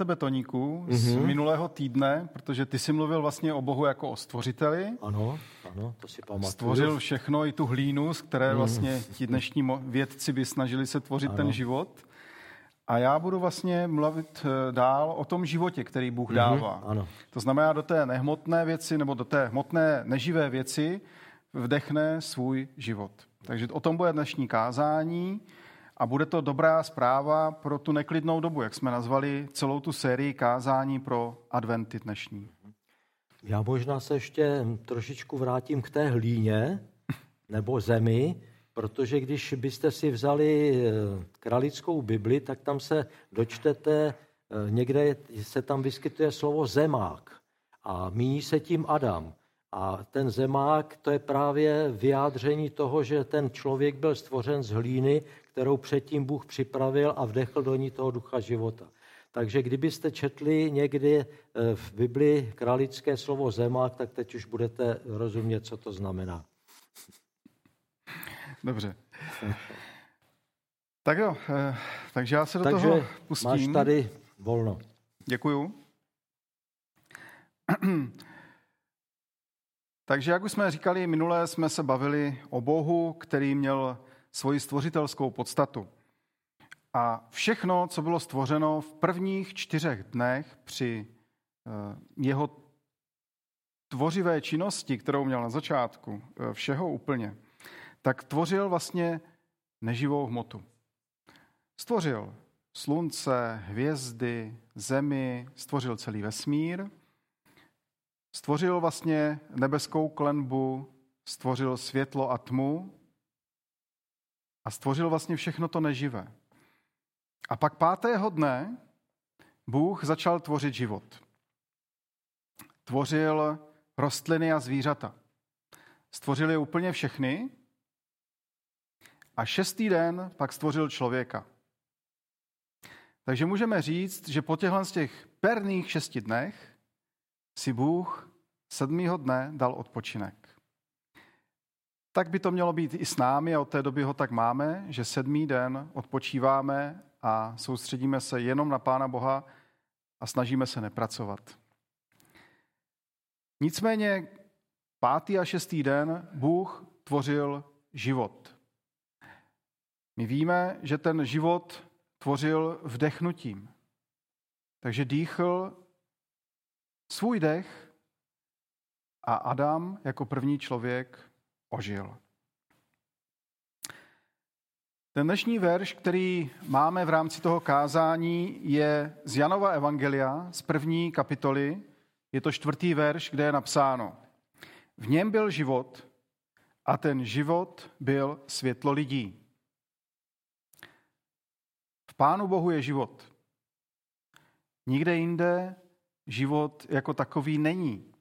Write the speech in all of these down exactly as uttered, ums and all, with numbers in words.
tebe, Toníku, z mm-hmm. minulého týdne, protože ty jsi mluvil vlastně o Bohu jako o stvořiteli. Ano, ano, to si pamatuju. Stvořil všechno, i tu hlínu, z které vlastně ti dnešní vědci by snažili se tvořit ano. ten život. A já budu vlastně mluvit dál o tom životě, který Bůh dává. Mm-hmm, ano. To znamená, do té nehmotné věci nebo do té hmotné neživé věci vdechne svůj život. Takže o tom bude dnešní kázání a bude to dobrá zpráva pro tu neklidnou dobu, jak jsme nazvali celou tu sérii kázání pro adventy dnešní. Já možná se ještě trošičku vrátím k té hlíně nebo zemi, protože když byste si vzali kralickou Bibli, tak tam se dočtete, někde se tam vyskytuje slovo zemák a míní se tím Adam. A ten zemák, to je právě vyjádření toho, že ten člověk byl stvořen z hlíny, kterou předtím Bůh připravil a vdechl do ní toho ducha života. Takže kdybyste četli někdy v Bibli kralické slovo zemák, tak teď už budete rozumět, co to znamená. Dobře. Tak jo, takže já se do takže toho pustím. máš tady volno. Děkuju. Takže jak už jsme říkali, minule jsme se bavili o Bohu, který měl svoji stvořitelskou podstatu. A všechno, co bylo stvořeno v prvních čtyřech dnech při jeho tvořivé činnosti, kterou měl na začátku, všeho úplně, tak tvořil vlastně neživou hmotu. Stvořil slunce, hvězdy, zemi, stvořil celý vesmír, stvořil vlastně nebeskou klenbu, stvořil světlo a tmu a stvořil vlastně všechno to neživé. A pak pátého dne Bůh začal tvořit život. Tvořil rostliny a zvířata. Stvořil je úplně všechny a šestý den pak stvořil člověka. Takže můžeme říct, že po těchto z těch perných šesti dnech si Bůh sedmého dne dal odpočinek. Tak by to mělo být i s námi a od té doby ho tak máme, že sedmý den odpočíváme a soustředíme se jenom na Pána Boha a snažíme se nepracovat. Nicméně pátý a šestý den Bůh tvořil život. My víme, že ten život tvořil vdechnutím. Takže dýchl svůj dech a Adam jako první člověk ožil. Ten dnešní verš, který máme v rámci toho kázání, je z Janova evangelia, z první kapitoly. Je to čtvrtý verš, kde je napsáno: V něm byl život a ten život byl světlo lidí. V Pánu Bohu je život. Nikde jinde život jako takový není.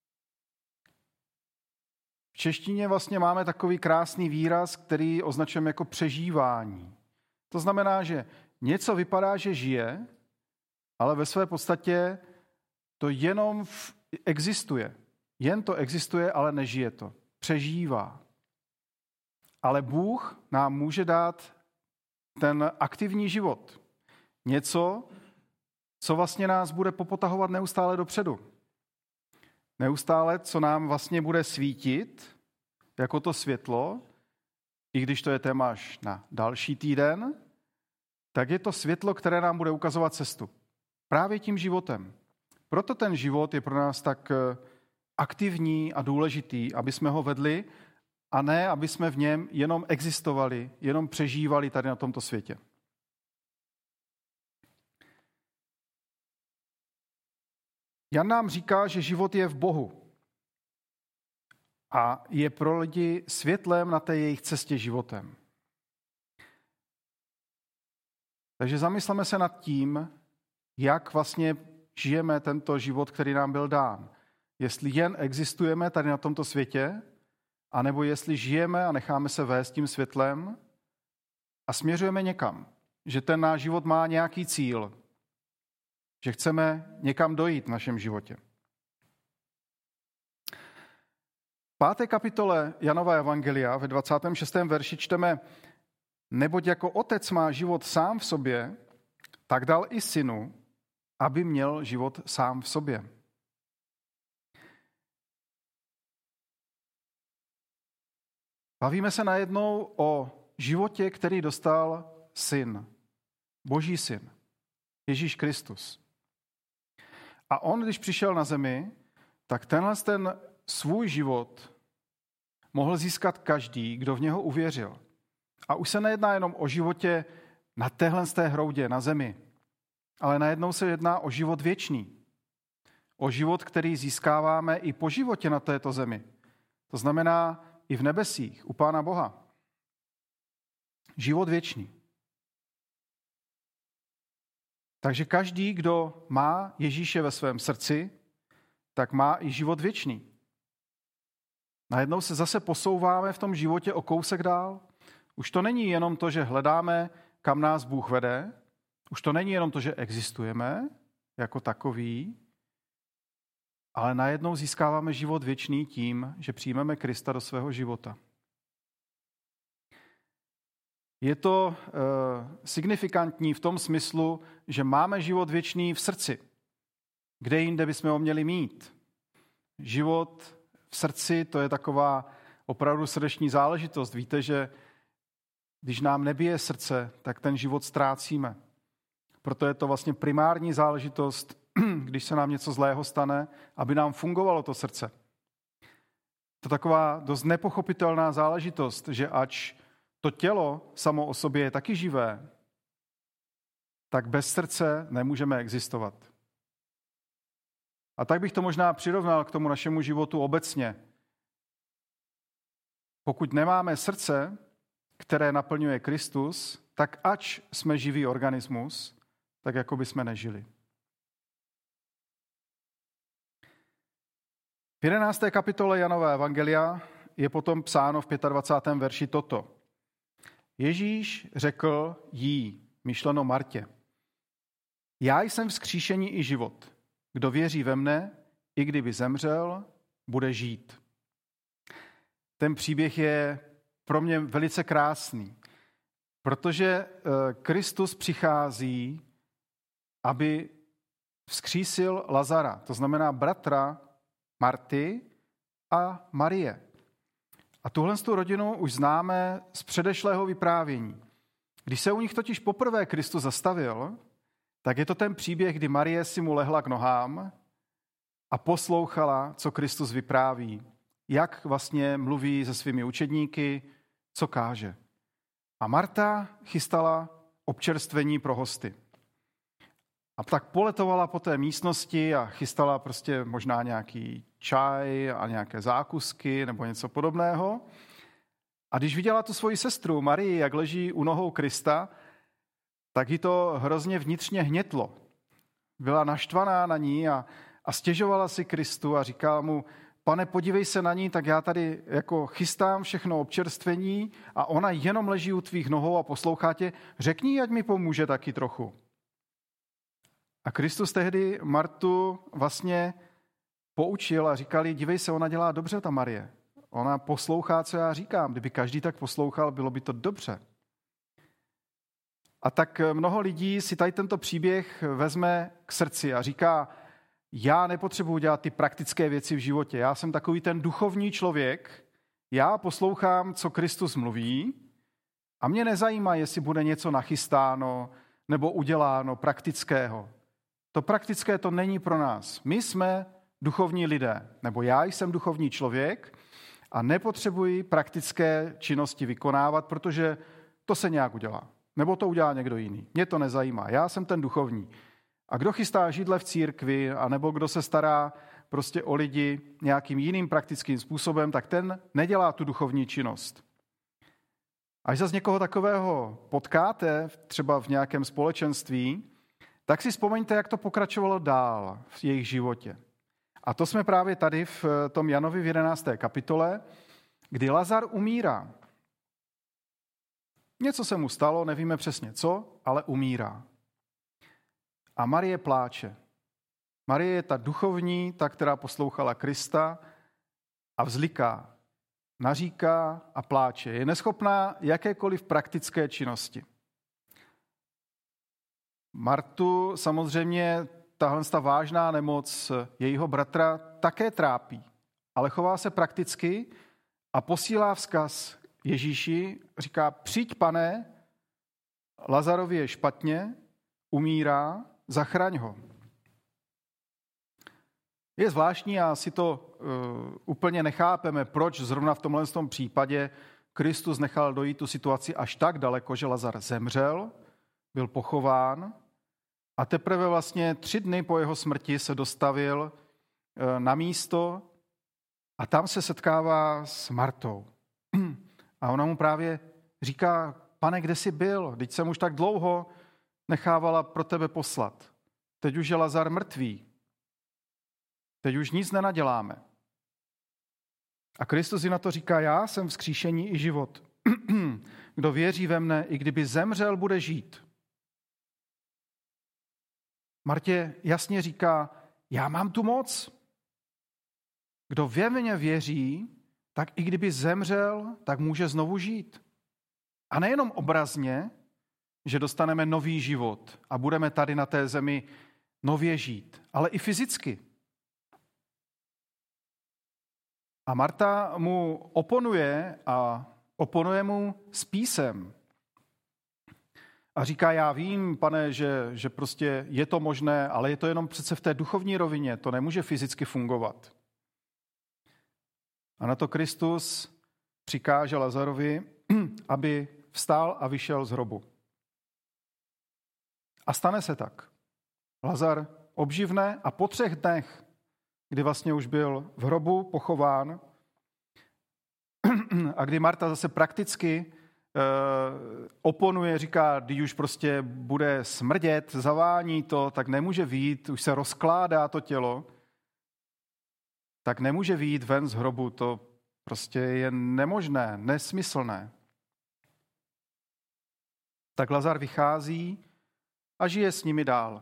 V češtině vlastně máme takový krásný výraz, který označujeme jako přežívání. To znamená, že něco vypadá, že žije, ale ve své podstatě to jenom existuje. Jen to existuje, ale nežije to. Přežívá. Ale Bůh nám může dát ten aktivní život. Něco, co vlastně nás bude popotahovat neustále dopředu. Neustále, co nám vlastně bude svítit, jako to světlo, i když to je téma až na další týden, tak je to světlo, které nám bude ukazovat cestu. Právě tím životem. Proto ten život je pro nás tak aktivní a důležitý, aby jsme ho vedli a ne, aby jsme v něm jenom existovali, jenom přežívali tady na tomto světě. Jan nám říká, že život je v Bohu a je pro lidi světlem na té jejich cestě životem. Takže zamysleme se nad tím, jak vlastně žijeme tento život, který nám byl dán. Jestli jen existujeme tady na tomto světě, anebo jestli žijeme a necháme se vést tím světlem a směřujeme někam. Že ten náš život má nějaký cíl. Že chceme někam dojít v našem životě. V páté kapitole Janova evangelia ve dvacátém šestém verši čteme: Neboť jako otec má život sám v sobě, tak dal i synu, aby měl život sám v sobě. Bavíme se najednou o životě, který dostal syn, Boží syn, Ježíš Kristus. A on, když přišel na zemi, tak tenhle ten svůj život mohl získat každý, kdo v něho uvěřil. A už se nejedná jenom o životě na téhle z té hroudě, na zemi, ale najednou se jedná o život věčný. O život, který získáváme i po životě na této zemi. To znamená i v nebesích, u Pána Boha. Život věčný. Takže každý, kdo má Ježíše ve svém srdci, tak má i život věčný. Najednou se zase posouváme v tom životě o kousek dál. Už to není jenom to, že hledáme, kam nás Bůh vede. Už to není jenom to, že existujeme jako takový, ale najednou získáváme život věčný tím, že přijmeme Krista do svého života. Je to e, signifikantní v tom smyslu, že máme život věčný v srdci. Kde jinde bychom ho měli mít? Život v srdci, to je taková opravdu srdeční záležitost. Víte, že když nám nebije srdce, tak ten život ztrácíme. Proto je to vlastně primární záležitost, když se nám něco zlého stane, aby nám fungovalo to srdce. To je taková dost nepochopitelná záležitost, že ač to tělo samo o sobě je taky živé, tak bez srdce nemůžeme existovat. A tak bych to možná přirovnal k tomu našemu životu obecně. Pokud nemáme srdce, které naplňuje Kristus, tak ač jsme živý organismus, tak jako by jsme nežili. V jedenácté kapitole Janova evangelia je potom psáno v dvacátém pátém verši toto. Ježíš řekl jí, myšleno Martě, já jsem vzkříšení i život. Kdo věří ve mne, i kdyby zemřel, bude žít. Ten příběh je pro mě velice krásný, protože Kristus přichází, aby vzkřísil Lazara, to znamená bratra Marty a Marie. A tuhle tu rodinu už známe z předešlého vyprávění. Když se u nich totiž poprvé Kristus zastavil, tak je to ten příběh, kdy Marie si mu lehla k nohám a poslouchala, co Kristus vypráví. Jak vlastně mluví se svými učedníky, co káže. A Marta chystala občerstvení pro hosty. A tak poletovala po té místnosti a chystala prostě možná nějaký čaj a nějaké zákusky nebo něco podobného. A když viděla tu svoji sestru Marii, jak leží u nohou Krista, tak jí to hrozně vnitřně hnětlo. Byla naštvaná na ní a, a stěžovala si Kristu a říkala mu, pane, podívej se na ní, tak já tady jako chystám všechno občerstvení a ona jenom leží u tvých nohou a poslouchá tě, řekni, ať mi pomůže taky trochu. A Kristus tehdy Martu vlastně poučil a říkal jí, dívej se, ona dělá dobře, ta Marie. Ona poslouchá, co já říkám. Kdyby každý tak poslouchal, bylo by to dobře. A tak mnoho lidí si tady tento příběh vezme k srdci a říká, já nepotřebuji dělat ty praktické věci v životě. Já jsem takový ten duchovní člověk, já poslouchám, co Kristus mluví a mě nezajímá, jestli bude něco nachystáno nebo uděláno praktického. To praktické to není pro nás. My jsme duchovní lidé, nebo já jsem duchovní člověk a nepotřebuji praktické činnosti vykonávat, protože to se nějak udělá. Nebo to udělá někdo jiný. Mě to nezajímá. Já jsem ten duchovní. A kdo chystá židle v církvi, anebo kdo se stará prostě o lidi nějakým jiným praktickým způsobem, tak ten nedělá tu duchovní činnost. Až zase někoho takového potkáte, třeba v nějakém společenství, tak si vzpomeňte, jak to pokračovalo dál v jejich životě. A to jsme právě tady v tom Janovi v jedenácté kapitole, kdy Lazar umírá. Něco se mu stalo, nevíme přesně co, ale umírá. A Marie pláče. Marie je ta duchovní, ta, která poslouchala Krista a vzliká, naříká a pláče. Je neschopná jakékoliv praktické činnosti. Martu samozřejmě tahle ta vážná nemoc jejího bratra také trápí, ale chová se prakticky a posílá vzkaz Ježíši, říká, přijď, Pane, Lazarovi je špatně, umírá, zachraň ho. Je zvláštní a si to uh, úplně nechápeme, proč zrovna v tomhle tom případě Kristus nechal dojít tu situaci až tak daleko, že Lazar zemřel, byl pochován a teprve vlastně tři dny po jeho smrti se dostavil uh, na místo a tam se setkává s Martou. A ona mu právě říká, Pane, kde jsi byl? Vždyť jsem už tak dlouho nechávala pro tebe poslat. Teď už je Lazar mrtvý. Teď už nic nenaděláme. A Kristus ji na to říká, já jsem vzkříšení i život. Kdo věří ve mne, i kdyby zemřel, bude žít. Martě jasně říká, já mám tu moc. Kdo ve mně věří, tak i kdyby zemřel, tak může znovu žít. A nejenom obrazně, že dostaneme nový život a budeme tady na té zemi nově žít, ale i fyzicky. A Marta mu oponuje a oponuje mu s písem. A říká, já vím, Pane, že, že prostě je to možné, ale je to jenom přece v té duchovní rovině, to nemůže fyzicky fungovat. A na to Kristus přikáže Lazarovi, aby vstál a vyšel z hrobu. A stane se tak. Lazar obživne a po třech dnech, kdy vlastně už byl v hrobu pochován a kdy Marta zase prakticky eh, oponuje, říká, když už prostě bude smrdět, zavání to, tak nemůže vyjít, už se rozkládá to tělo, tak nemůže vyjít ven z hrobu, to prostě je nemožné, nesmyslné. Tak Lazar vychází a žije s nimi dál.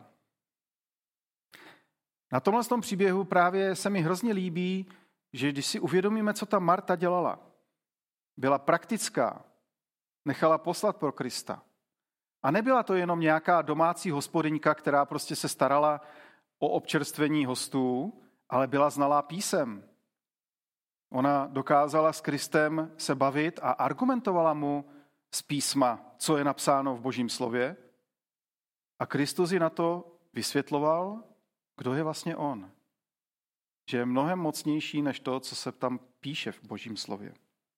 Na tomhle tom příběhu právě se mi hrozně líbí, že když si uvědomíme, co ta Marta dělala, byla praktická, nechala poslat pro Krista. A nebyla to jenom nějaká domácí hospodyňka, která prostě se starala o občerstvení hostů, ale byla znalá písem. Ona dokázala s Kristem se bavit a argumentovala mu z písma, co je napsáno v Božím slově. A Kristus ji na to vysvětloval, kdo je vlastně on. Že je mnohem mocnější než to, co se tam píše v Božím slově.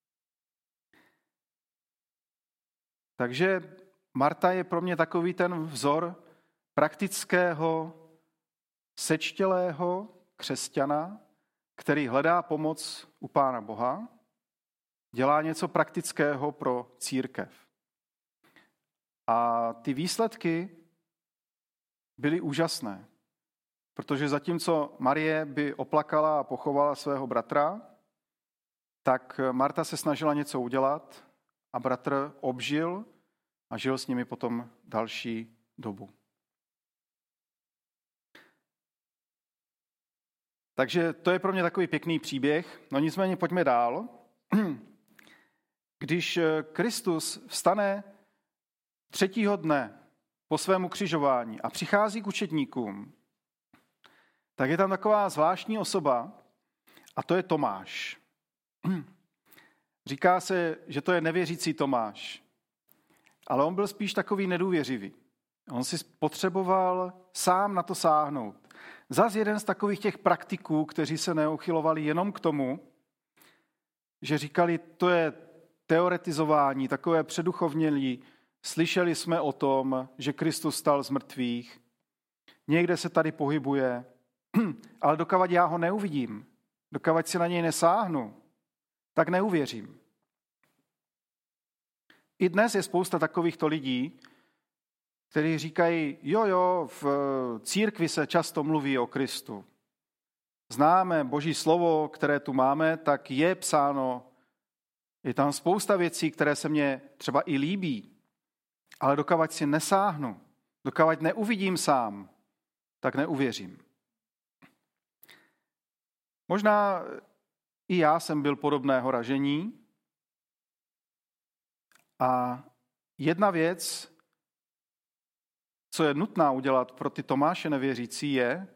Takže Marta je pro mě takový ten vzor praktického, sečtělého křesťana, který hledá pomoc u Pána Boha, dělá něco praktického pro církev. A ty výsledky byly úžasné, protože zatímco Marie by oplakala a pochovala svého bratra, tak Marta se snažila něco udělat a bratr obžil a žil s nimi potom další dobu. Takže to je pro mě takový pěkný příběh. No nicméně pojďme dál. Když Kristus vstane třetího dne po svém ukřižování a přichází k učedníkům, tak je tam taková zvláštní osoba a to je Tomáš. Říká se, že to je nevěřící Tomáš, ale on byl spíš takový nedůvěřivý. On si potřeboval sám na to sáhnout. Zas jeden z takových těch praktiků, kteří se neuchylovali jenom k tomu, že říkali, to je teoretizování, takové předuchovnělí, slyšeli jsme o tom, že Kristus stal z mrtvých, někde se tady pohybuje, ale dokavad já ho neuvidím, dokavad si na něj nesáhnu, tak neuvěřím. I dnes je spousta takovýchto lidí, kteří říkají, jo, jo, v církvi se často mluví o Kristu. Známe Boží slovo, které tu máme, tak je psáno, je tam spousta věcí, které se mně třeba i líbí, ale dokavad si nesáhnu, dokavad neuvidím sám, tak neuvěřím. Možná i já jsem byl podobného ražení a jedna věc, co je nutná udělat pro ty Tomáše nevěřící, je: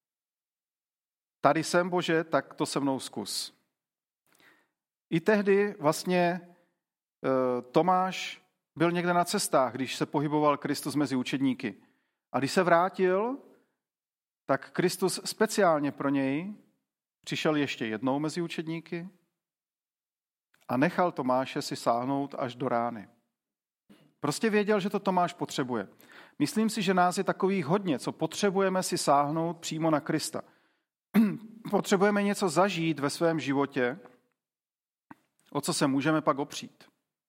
tady jsem, Bože, tak to se mnou zkus. I tehdy vlastně Tomáš byl někde na cestách, když se pohyboval Kristus mezi učedníky. A když se vrátil, tak Kristus speciálně pro něj přišel ještě jednou mezi učedníky a nechal Tomáše si sáhnout až do rány. Prostě věděl, že to Tomáš potřebuje. Myslím si, že nás je takových hodně, co potřebujeme si sáhnout přímo na Krista. Potřebujeme něco zažít ve svém životě, o co se můžeme pak opřít.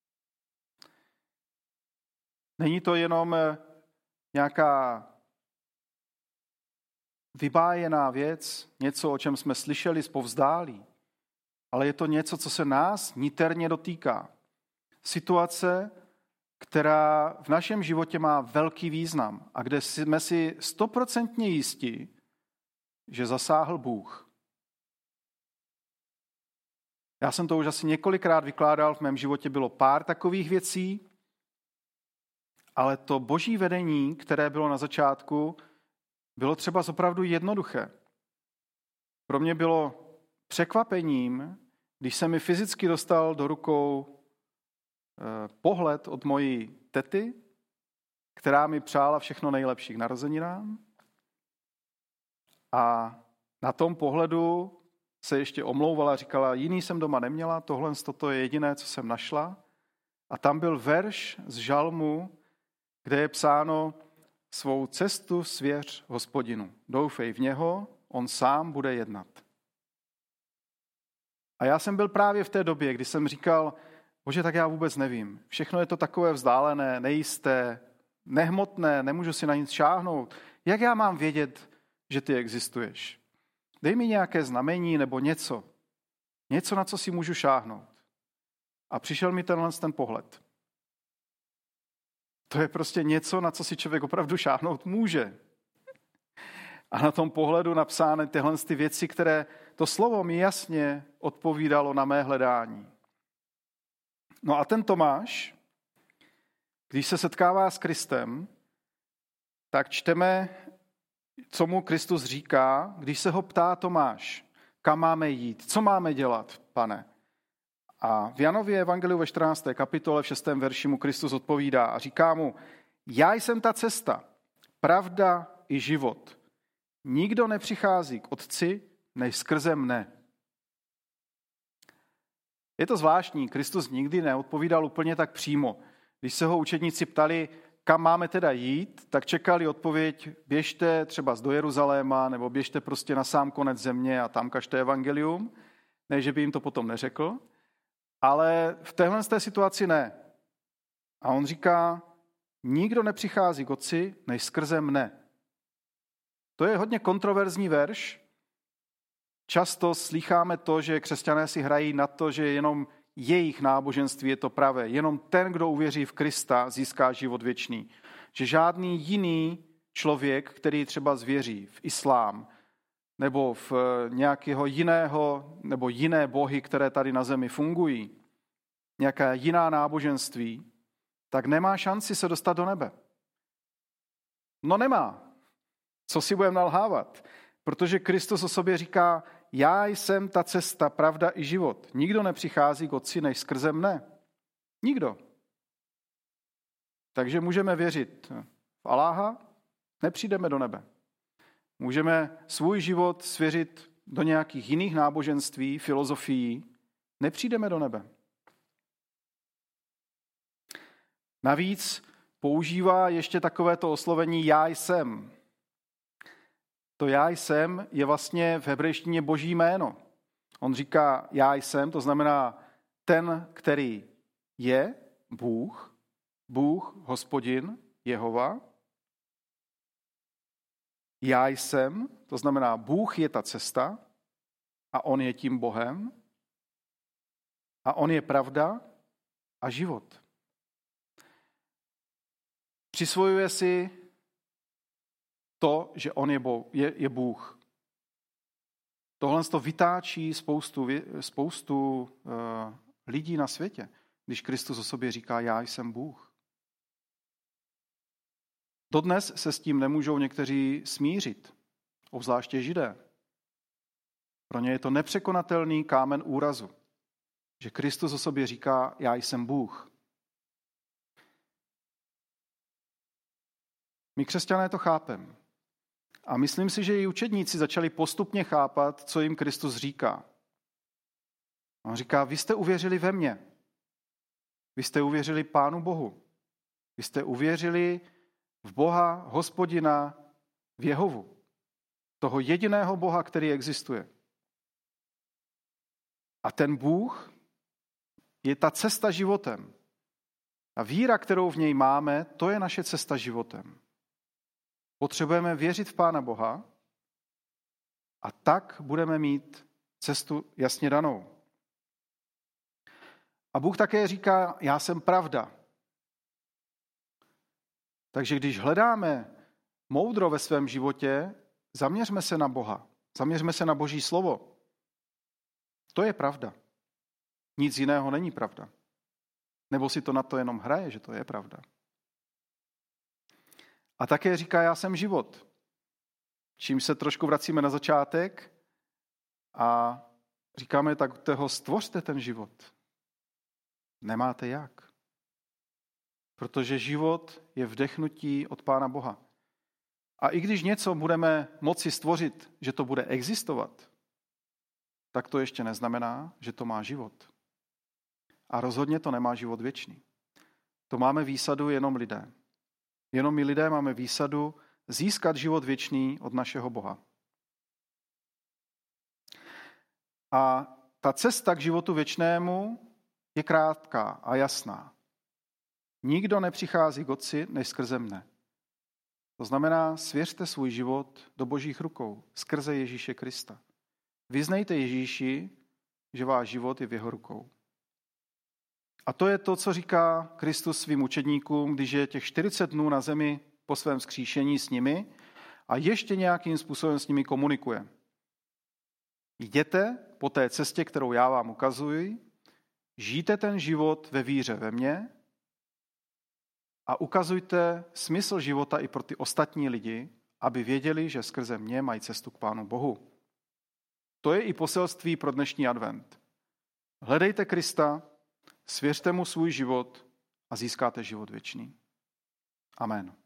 Není to jenom nějaká vybájená věc, něco, o čem jsme slyšeli zpovzdálí, ale je to něco, co se nás niterně dotýká. Situace, která v našem životě má velký význam a kde jsme si stoprocentně jistí, že zasáhl Bůh. Já jsem to už asi několikrát vykládal, v mém životě bylo pár takových věcí, ale to boží vedení, které bylo na začátku, bylo třeba opravdu jednoduché. Pro mě bylo překvapením, když se mi fyzicky dostal do rukou pohled od mojí tety, která mi přála všechno nejlepší k narozeninám. A na tom pohledu se ještě omlouvala, říkala, jiný jsem doma neměla, tohle toto je jediné, co jsem našla. A tam byl verš z žalmu, kde je psáno: svou cestu svěř Hospodinu. Doufej v něho, on sám bude jednat. A já jsem byl právě v té době, kdy jsem říkal, Bože, tak já vůbec nevím. Všechno je to takové vzdálené, nejisté, nehmotné, nemůžu si na nic šáhnout. Jak já mám vědět, že ty existuješ? Dej mi nějaké znamení nebo něco. Něco, na co si můžu šáhnout. A přišel mi tenhle ten pohled. To je prostě něco, na co si člověk opravdu šáhnout může. A na tom pohledu napsány tyhle ty věci, které to slovo mi jasně odpovídalo na mé hledání. No a ten Tomáš, když se setkává s Kristem, tak čteme, co mu Kristus říká, když se ho ptá Tomáš, kam máme jít, co máme dělat, Pane. A v Janově evangeliu ve čtrnácté kapitole v šestém verši mu Kristus odpovídá a říká mu, já jsem ta cesta, pravda i život. Nikdo nepřichází k Otci, než skrze mne. Je to zvláštní, Kristus nikdy neodpovídal úplně tak přímo. Když se ho učedníci ptali, kam máme teda jít, tak čekali odpověď, běžte třeba do Jeruzaléma, nebo běžte prostě na sám konec země a tam kažte evangelium. Ne, že by jim to potom neřekl. Ale v téhle té situaci ne. A on říká, nikdo nepřichází k Otci, než skrze mne. To je hodně kontroverzní verš. Často slýcháme to, že křesťané si hrají na to, že jenom jejich náboženství je to pravé. Jenom ten, kdo uvěří v Krista, získá život věčný. Že žádný jiný člověk, který třeba zvěří v islám, nebo v nějakého jiného, nebo jiné bohy, které tady na zemi fungují, nějaká jiná náboženství, tak nemá šanci se dostat do nebe. No nemá. Co si budeme nalhávat? Protože Kristus o sobě říká, já jsem ta cesta, pravda i život. Nikdo nepřichází k Otci, než skrze mne. Nikdo. Takže můžeme věřit v Aláha, nepřijdeme do nebe. Můžeme svůj život svěřit do nějakých jiných náboženství, filozofií, nepřijdeme do nebe. Navíc používá ještě takovéto oslovení já jsem. To já jsem je vlastně v hebrejštině boží jméno. On říká já jsem, to znamená ten, který je Bůh, Bůh, Hospodin, Jehova. Já jsem, to znamená Bůh je ta cesta a on je tím Bohem a on je pravda a život. Přisvojuje si to, že on je, bo, je, je Bůh. Tohle to vytáčí spoustu, spoustu uh, lidí na světě, když Kristus o sobě říká, já jsem Bůh. Dodnes se s tím nemůžou někteří smířit, obzvláště Židé. Pro ně je to nepřekonatelný kámen úrazu, že Kristus o sobě říká, já jsem Bůh. My křesťané to chápeme. A myslím si, že i učedníci začali postupně chápat, co jim Kristus říká. On říká, vy jste uvěřili ve mě. Vy jste uvěřili Pánu Bohu. Vy jste uvěřili v Boha, Hospodina, v Jehovu. Toho jediného Boha, který existuje. A ten Bůh je ta cesta životem. A víra, kterou v něj máme, to je naše cesta životem. Potřebujeme věřit v Pána Boha a tak budeme mít cestu jasně danou. A Bůh také říká, já jsem pravda. Takže když hledáme moudro ve svém životě, zaměřme se na Boha. Zaměřme se na Boží slovo. To je pravda. Nic jiného není pravda. Nebo si to na to jenom hraje, že to je pravda. A také říká, já jsem život. Čím se trošku vracíme na začátek a říkáme, tak toho stvořte ten život. Nemáte jak. Protože život je vdechnutí od Pána Boha. A i když něco budeme moci stvořit, že to bude existovat, tak to ještě neznamená, že to má život. A rozhodně to nemá život věčný. To máme výsadu jenom lidé. Jenom my lidé máme výsadu získat život věčný od našeho Boha. A ta cesta k životu věčnému je krátká a jasná. Nikdo nepřichází k Otci než skrze mne. To znamená, svěřte svůj život do Božích rukou skrze Ježíše Krista. Vyznejte Ježíši, že váš život je v jeho rukou. A to je to, co říká Kristus svým učedníkům, když je těch čtyřicet dnů na zemi po svém vzkříšení s nimi a ještě nějakým způsobem s nimi komunikuje. Jděte po té cestě, kterou já vám ukazuji, žijte ten život ve víře ve mně a ukazujte smysl života i pro ty ostatní lidi, aby věděli, že skrze mě mají cestu k Pánu Bohu. To je i poselství pro dnešní advent. Hledejte Krista, svěřte mu svůj život a získáte život věčný. Amen.